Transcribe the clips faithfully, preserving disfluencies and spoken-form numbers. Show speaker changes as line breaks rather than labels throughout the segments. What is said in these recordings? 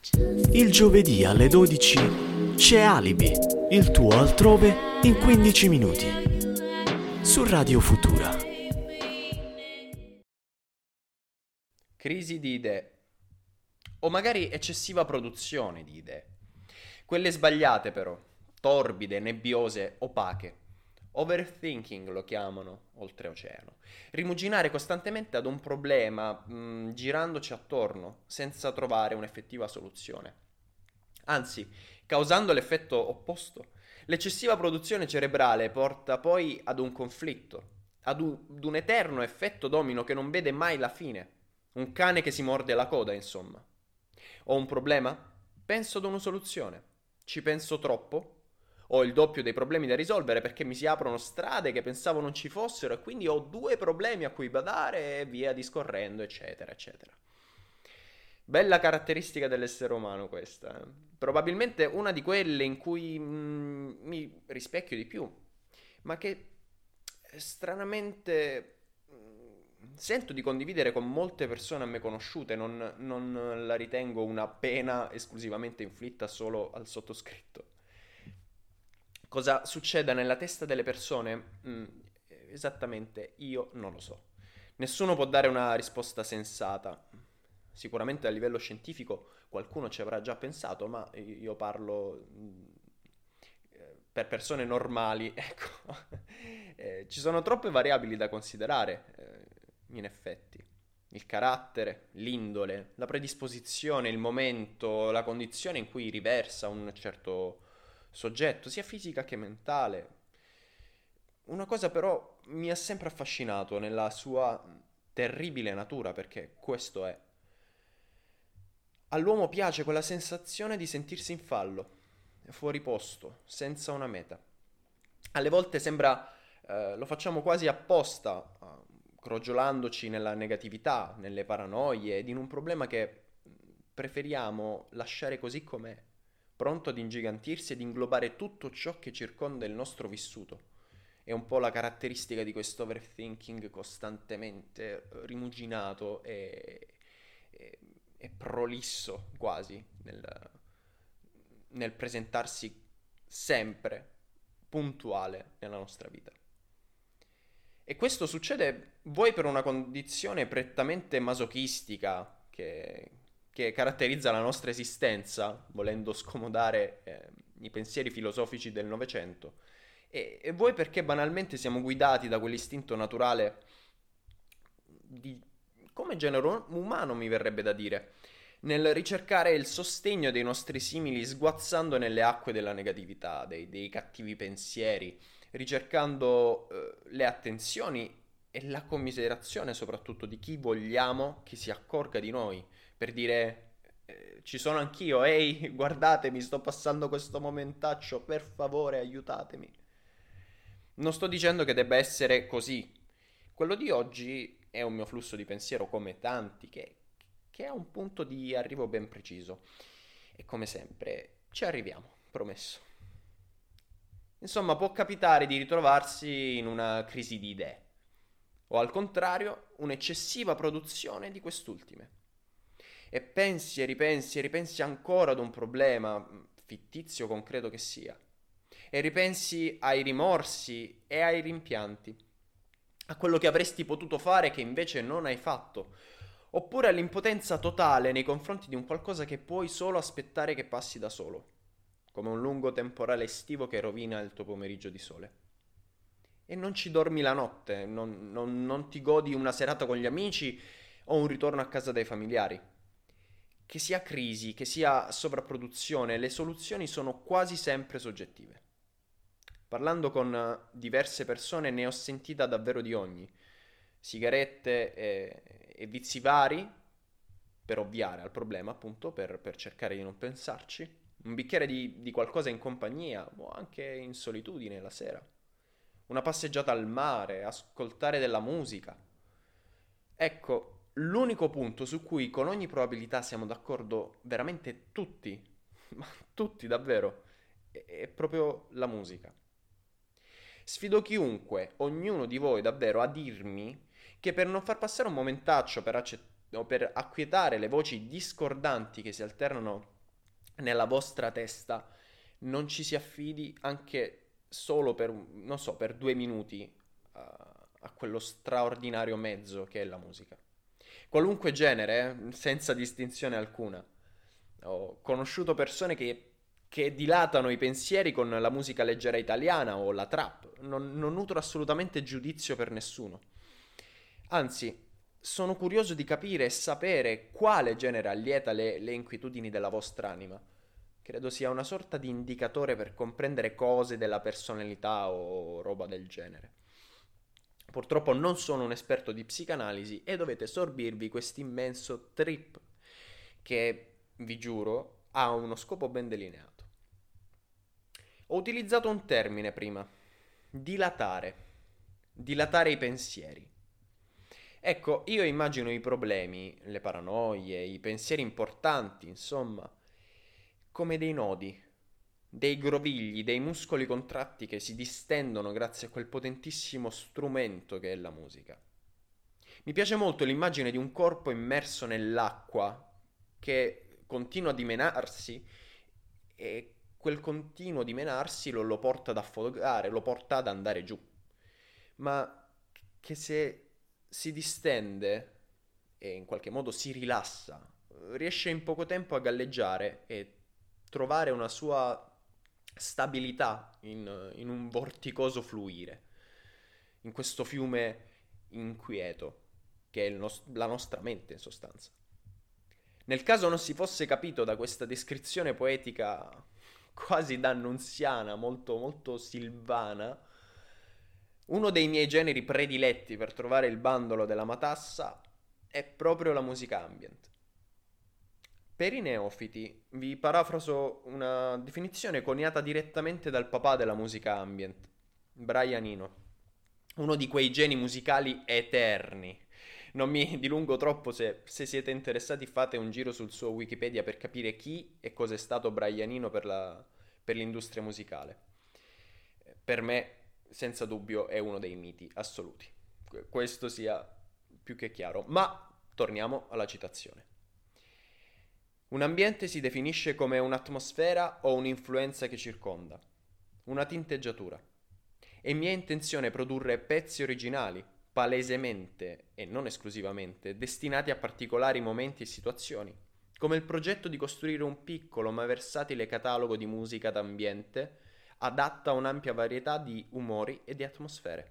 Il giovedì alle dodici c'è Alibi, il tuo altrove in quindici minuti. Su Radio Futura.
Crisi di idee. O magari eccessiva produzione di idee. Quelle sbagliate però, torbide, nebbiose, opache. Overthinking lo chiamano, oltreoceano. Rimuginare costantemente ad un problema, mh, girandoci attorno, senza trovare un'effettiva soluzione. Anzi, causando l'effetto opposto. L'eccessiva produzione cerebrale porta poi ad un conflitto, ad un, ad un eterno effetto domino che non vede mai la fine. Un cane che si morde la coda, insomma. Ho un problema? Penso ad una soluzione. Ci penso troppo? Ho il doppio dei problemi da risolvere perché mi si aprono strade che pensavo non ci fossero e quindi ho due problemi a cui badare e via discorrendo, eccetera, eccetera. Bella caratteristica dell'essere umano questa. Eh? Probabilmente una di quelle in cui mm, mi rispecchio di più, ma che stranamente mm, sento di condividere con molte persone a me conosciute, non, non la ritengo una pena esclusivamente inflitta solo al sottoscritto. Cosa succeda nella testa delle persone? Mm, esattamente, io non lo so. Nessuno può dare una risposta sensata. Sicuramente a livello scientifico qualcuno ci avrà già pensato, ma io parlo mm, per persone normali, ecco. eh, ci sono troppe variabili da considerare, eh, in effetti. Il carattere, l'indole, la predisposizione, il momento, la condizione in cui riversa un certo soggetto, sia fisica che mentale. Una cosa però mi ha sempre affascinato nella sua terribile natura, perché questo è. All'uomo piace quella sensazione di sentirsi in fallo, fuori posto, senza una meta. Alle volte sembra eh, lo facciamo quasi apposta, eh, crogiolandoci nella negatività, nelle paranoie ed in un problema che preferiamo lasciare così com'è, pronto ad ingigantirsi ed inglobare tutto ciò che circonda il nostro vissuto. È un po' la caratteristica di questo overthinking costantemente rimuginato e, e, e prolisso quasi nel, nel presentarsi sempre puntuale nella nostra vita. E questo succede vuoi per una condizione prettamente masochistica che, che caratterizza la nostra esistenza, volendo scomodare eh, i pensieri filosofici del Novecento, e, e vuoi perché banalmente siamo guidati da quell'istinto naturale di, come genere umano mi verrebbe da dire, nel ricercare il sostegno dei nostri simili sguazzando nelle acque della negatività, dei, dei cattivi pensieri, ricercando eh, le attenzioni e la commiserazione soprattutto di chi vogliamo che si accorga di noi, per dire eh, ci sono anch'io, ehi, guardatemi, sto passando questo momentaccio, per favore aiutatemi. Non sto dicendo che debba essere così. Quello di oggi è un mio flusso di pensiero come tanti che, che ha un punto di arrivo ben preciso. E come sempre ci arriviamo, promesso. Insomma, può capitare di ritrovarsi in una crisi di idee, o al contrario, un'eccessiva produzione di quest'ultime. E pensi e ripensi e ripensi ancora ad un problema, fittizio o concreto che sia, e ripensi ai rimorsi e ai rimpianti, a quello che avresti potuto fare che invece non hai fatto, oppure all'impotenza totale nei confronti di un qualcosa che puoi solo aspettare che passi da solo, come un lungo temporale estivo che rovina il tuo pomeriggio di sole. E non ci dormi la notte, non, non, non ti godi una serata con gli amici o un ritorno a casa dai familiari. Che sia crisi, che sia sovrapproduzione, le soluzioni sono quasi sempre soggettive. Parlando con diverse persone ne ho sentita davvero di ogni. Sigarette e, e vizi vari, per ovviare al problema appunto, per, per cercare di non pensarci. Un bicchiere di, di qualcosa in compagnia o anche in solitudine la sera. Una passeggiata al mare, ascoltare della musica. Ecco, l'unico punto su cui con ogni probabilità siamo d'accordo veramente tutti, ma tutti davvero, è, è proprio la musica. Sfido chiunque, ognuno di voi davvero, a dirmi che per non far passare un momentaccio, per accett- o per acquietare le voci discordanti che si alternano nella vostra testa, non ci si affidi anche solo per, non so, per due minuti a, a quello straordinario mezzo che è la musica. Qualunque genere, eh, senza distinzione alcuna. Ho conosciuto persone che, che dilatano i pensieri con la musica leggera italiana o la trap. Non, non nutro assolutamente giudizio per nessuno. Anzi, sono curioso di capire e sapere quale genere allieta le, le inquietudini della vostra anima. Credo sia una sorta di indicatore per comprendere cose della personalità o roba del genere. Purtroppo non sono un esperto di psicanalisi e dovete sorbirvi quest'immenso trip che, vi giuro, ha uno scopo ben delineato. Ho utilizzato un termine prima, dilatare, dilatare i pensieri. Ecco, io immagino i problemi, le paranoie, i pensieri importanti, insomma, come dei nodi, dei grovigli, dei muscoli contratti che si distendono grazie a quel potentissimo strumento che è la musica. Mi piace molto l'immagine di un corpo immerso nell'acqua che continua a dimenarsi e quel continuo dimenarsi lo, lo porta ad affogare, lo porta ad andare giù. Ma che se si distende e in qualche modo si rilassa, riesce in poco tempo a galleggiare e trovare una sua stabilità in, in un vorticoso fluire, in questo fiume inquieto che è il nos- la nostra mente in sostanza. Nel caso non si fosse capito da questa descrizione poetica quasi dannunziana, molto molto silvana, uno dei miei generi prediletti per trovare il bandolo della matassa è proprio la musica ambient. Per i neofiti vi parafraso una definizione coniata direttamente dal papà della musica ambient, Brian Eno, uno di quei geni musicali eterni. Non mi dilungo troppo, se, se siete interessati fate un giro sul suo Wikipedia per capire chi e cosa è stato Brian Eno per la, per l'industria musicale. Per me, senza dubbio, è uno dei miti assoluti. Questo sia più che chiaro. Ma torniamo alla citazione. Un ambiente si definisce come un'atmosfera o un'influenza che circonda, una tinteggiatura. È mia intenzione produrre pezzi originali, palesemente e non esclusivamente destinati a particolari momenti e situazioni, come il progetto di costruire un piccolo ma versatile catalogo di musica d'ambiente adatta a un'ampia varietà di umori e di atmosfere.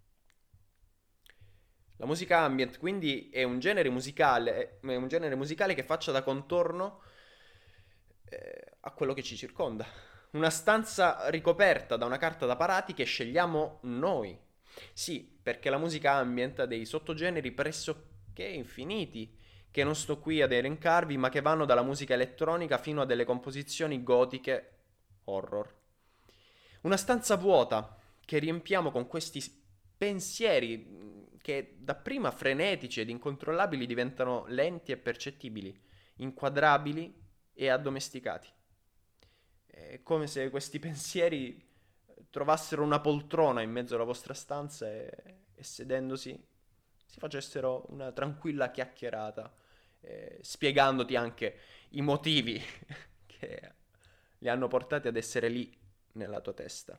La musica ambient quindi è un genere musicale, è un genere musicale che faccia da contorno eh, a quello che ci circonda. Una stanza ricoperta da una carta da parati che scegliamo noi. Sì, perché la musica ambient ha dei sottogeneri pressoché infiniti, che non sto qui ad elencarvi, ma che vanno dalla musica elettronica fino a delle composizioni gotiche horror. Una stanza vuota che riempiamo con questi pensieri che dapprima frenetici ed incontrollabili diventano lenti e percettibili, inquadrabili e addomesticati. È come se questi pensieri trovassero una poltrona in mezzo alla vostra stanza e, e sedendosi si facessero una tranquilla chiacchierata, eh, spiegandoti anche i motivi che li hanno portati ad essere lì nella tua testa.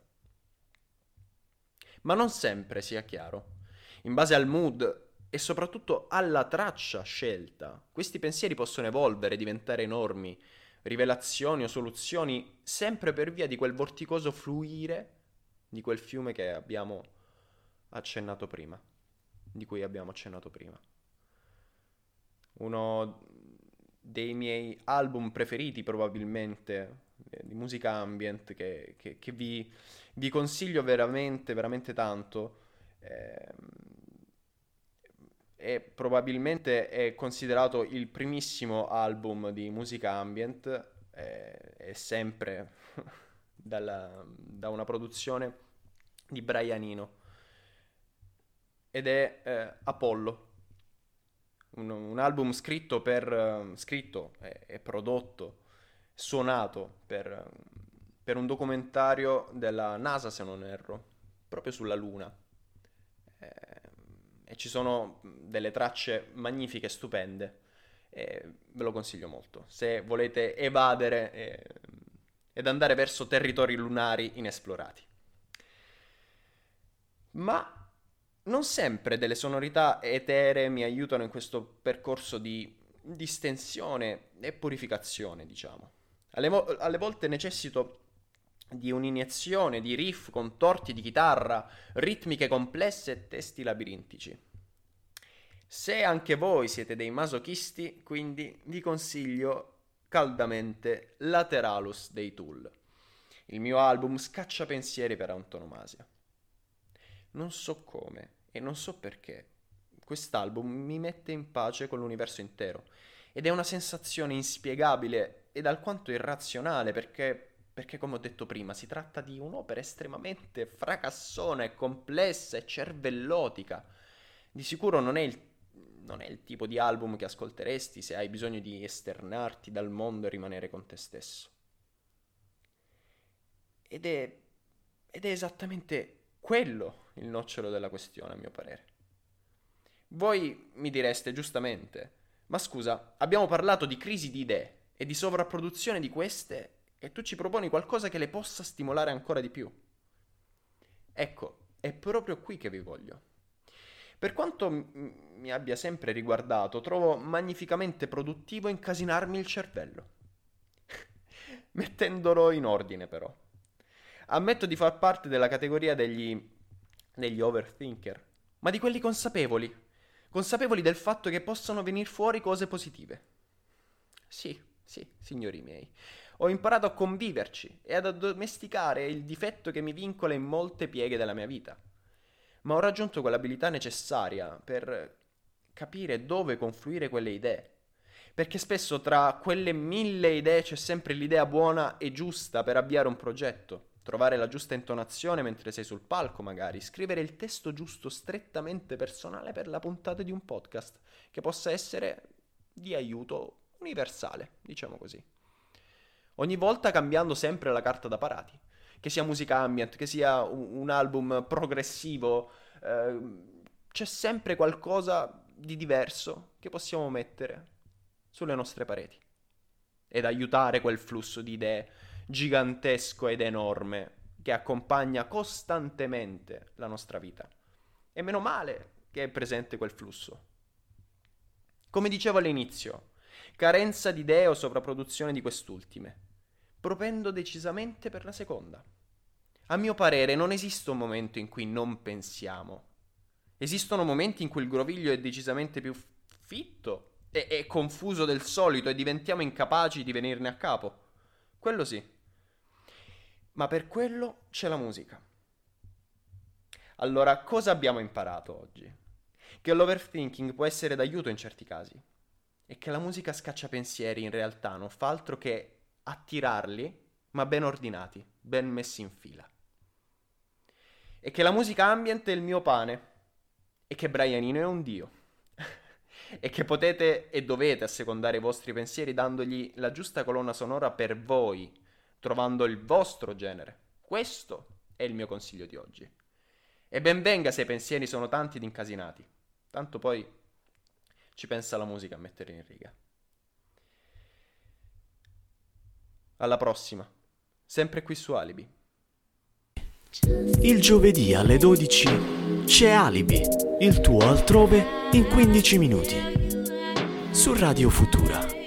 Ma non sempre sia chiaro. In base al mood e soprattutto alla traccia scelta, questi pensieri possono evolvere, diventare enormi, rivelazioni o soluzioni, sempre per via di quel vorticoso fluire di quel fiume che abbiamo accennato prima, di cui abbiamo accennato prima. Uno dei miei album preferiti probabilmente di musica ambient che, che, che vi, vi consiglio veramente, veramente tanto, eh, e probabilmente è considerato il primissimo album di musica ambient, eh, è sempre dalla, da una produzione di Brian Eno, ed è eh, Apollo, un, un album scritto per uh, scritto e, e prodotto, suonato per, per un documentario della NASA, se non erro, proprio sulla Luna. Eh, e ci sono delle tracce magnifiche, stupende, e ve lo consiglio molto, se volete evadere e, ed andare verso territori lunari inesplorati. Ma non sempre delle sonorità eteree mi aiutano in questo percorso di distensione e purificazione, diciamo. Alle, vo- alle volte necessito di un'iniezione di riff contorti di chitarra, ritmiche complesse e testi labirintici. Se anche voi siete dei masochisti, quindi vi consiglio caldamente Lateralus dei Tool, il mio album scacciapensieri per antonomasia. Non so come e non so perché quest'album mi mette in pace con l'universo intero ed è una sensazione inspiegabile ed alquanto irrazionale perché, perché come ho detto prima, si tratta di un'opera estremamente fracassona e complessa e cervellotica. Di sicuro non è il, non è il tipo di album che ascolteresti se hai bisogno di esternarti dal mondo e rimanere con te stesso. Ed è, ed è esattamente quello il nocciolo della questione, a mio parere. Voi mi direste giustamente, ma scusa, abbiamo parlato di crisi di idee e di sovrapproduzione di queste e tu ci proponi qualcosa che le possa stimolare ancora di più. Ecco, è proprio qui che vi voglio. Per quanto m- mi abbia sempre riguardato, trovo magnificamente produttivo incasinarmi il cervello. Mettendolo in ordine, però. Ammetto di far parte della categoria degli, degli overthinker, ma di quelli consapevoli. Consapevoli del fatto che possono venire fuori cose positive. Sì, sì, signori miei. Ho imparato a conviverci e ad addomesticare il difetto che mi vincola in molte pieghe della mia vita. Ma ho raggiunto quell'abilità necessaria per capire dove confluire quelle idee. Perché spesso tra quelle mille idee c'è sempre l'idea buona e giusta per avviare un progetto. Trovare la giusta intonazione mentre sei sul palco, magari. Scrivere il testo giusto strettamente personale per la puntata di un podcast, che possa essere di aiuto universale, diciamo così. Ogni volta cambiando sempre la carta da parati. Che sia musica ambient, che sia un, un album progressivo, eh, c'è sempre qualcosa di diverso che possiamo mettere sulle nostre pareti. Ed aiutare quel flusso di idee gigantesco ed enorme che accompagna costantemente la nostra vita. E meno male che è presente quel flusso. Come dicevo all'inizio, carenza di idee o sovrapproduzione di quest'ultime. Propendo decisamente per la seconda. A mio parere non esiste un momento in cui non pensiamo. Esistono momenti in cui il groviglio è decisamente più fitto e, e confuso del solito e diventiamo incapaci di venirne a capo. Quello sì. Ma per quello c'è la musica. Allora, cosa abbiamo imparato oggi? Che l'overthinking può essere d'aiuto in certi casi e che la musica scacciapensieri in realtà non fa altro che attirarli, ma ben ordinati, ben messi in fila. E che la musica ambient è il mio pane e che Brian Eno è un dio. E che potete e dovete assecondare i vostri pensieri dandogli la giusta colonna sonora per voi, trovando il vostro genere. Questo è il mio consiglio di oggi. E ben venga se i pensieri sono tanti ed incasinati. Tanto poi ci pensa la musica a mettere in riga. Alla prossima, sempre qui su Alibi.
Il giovedì alle dodici c'è Alibi, il tuo altrove in quindici minuti. Su Radio Futura.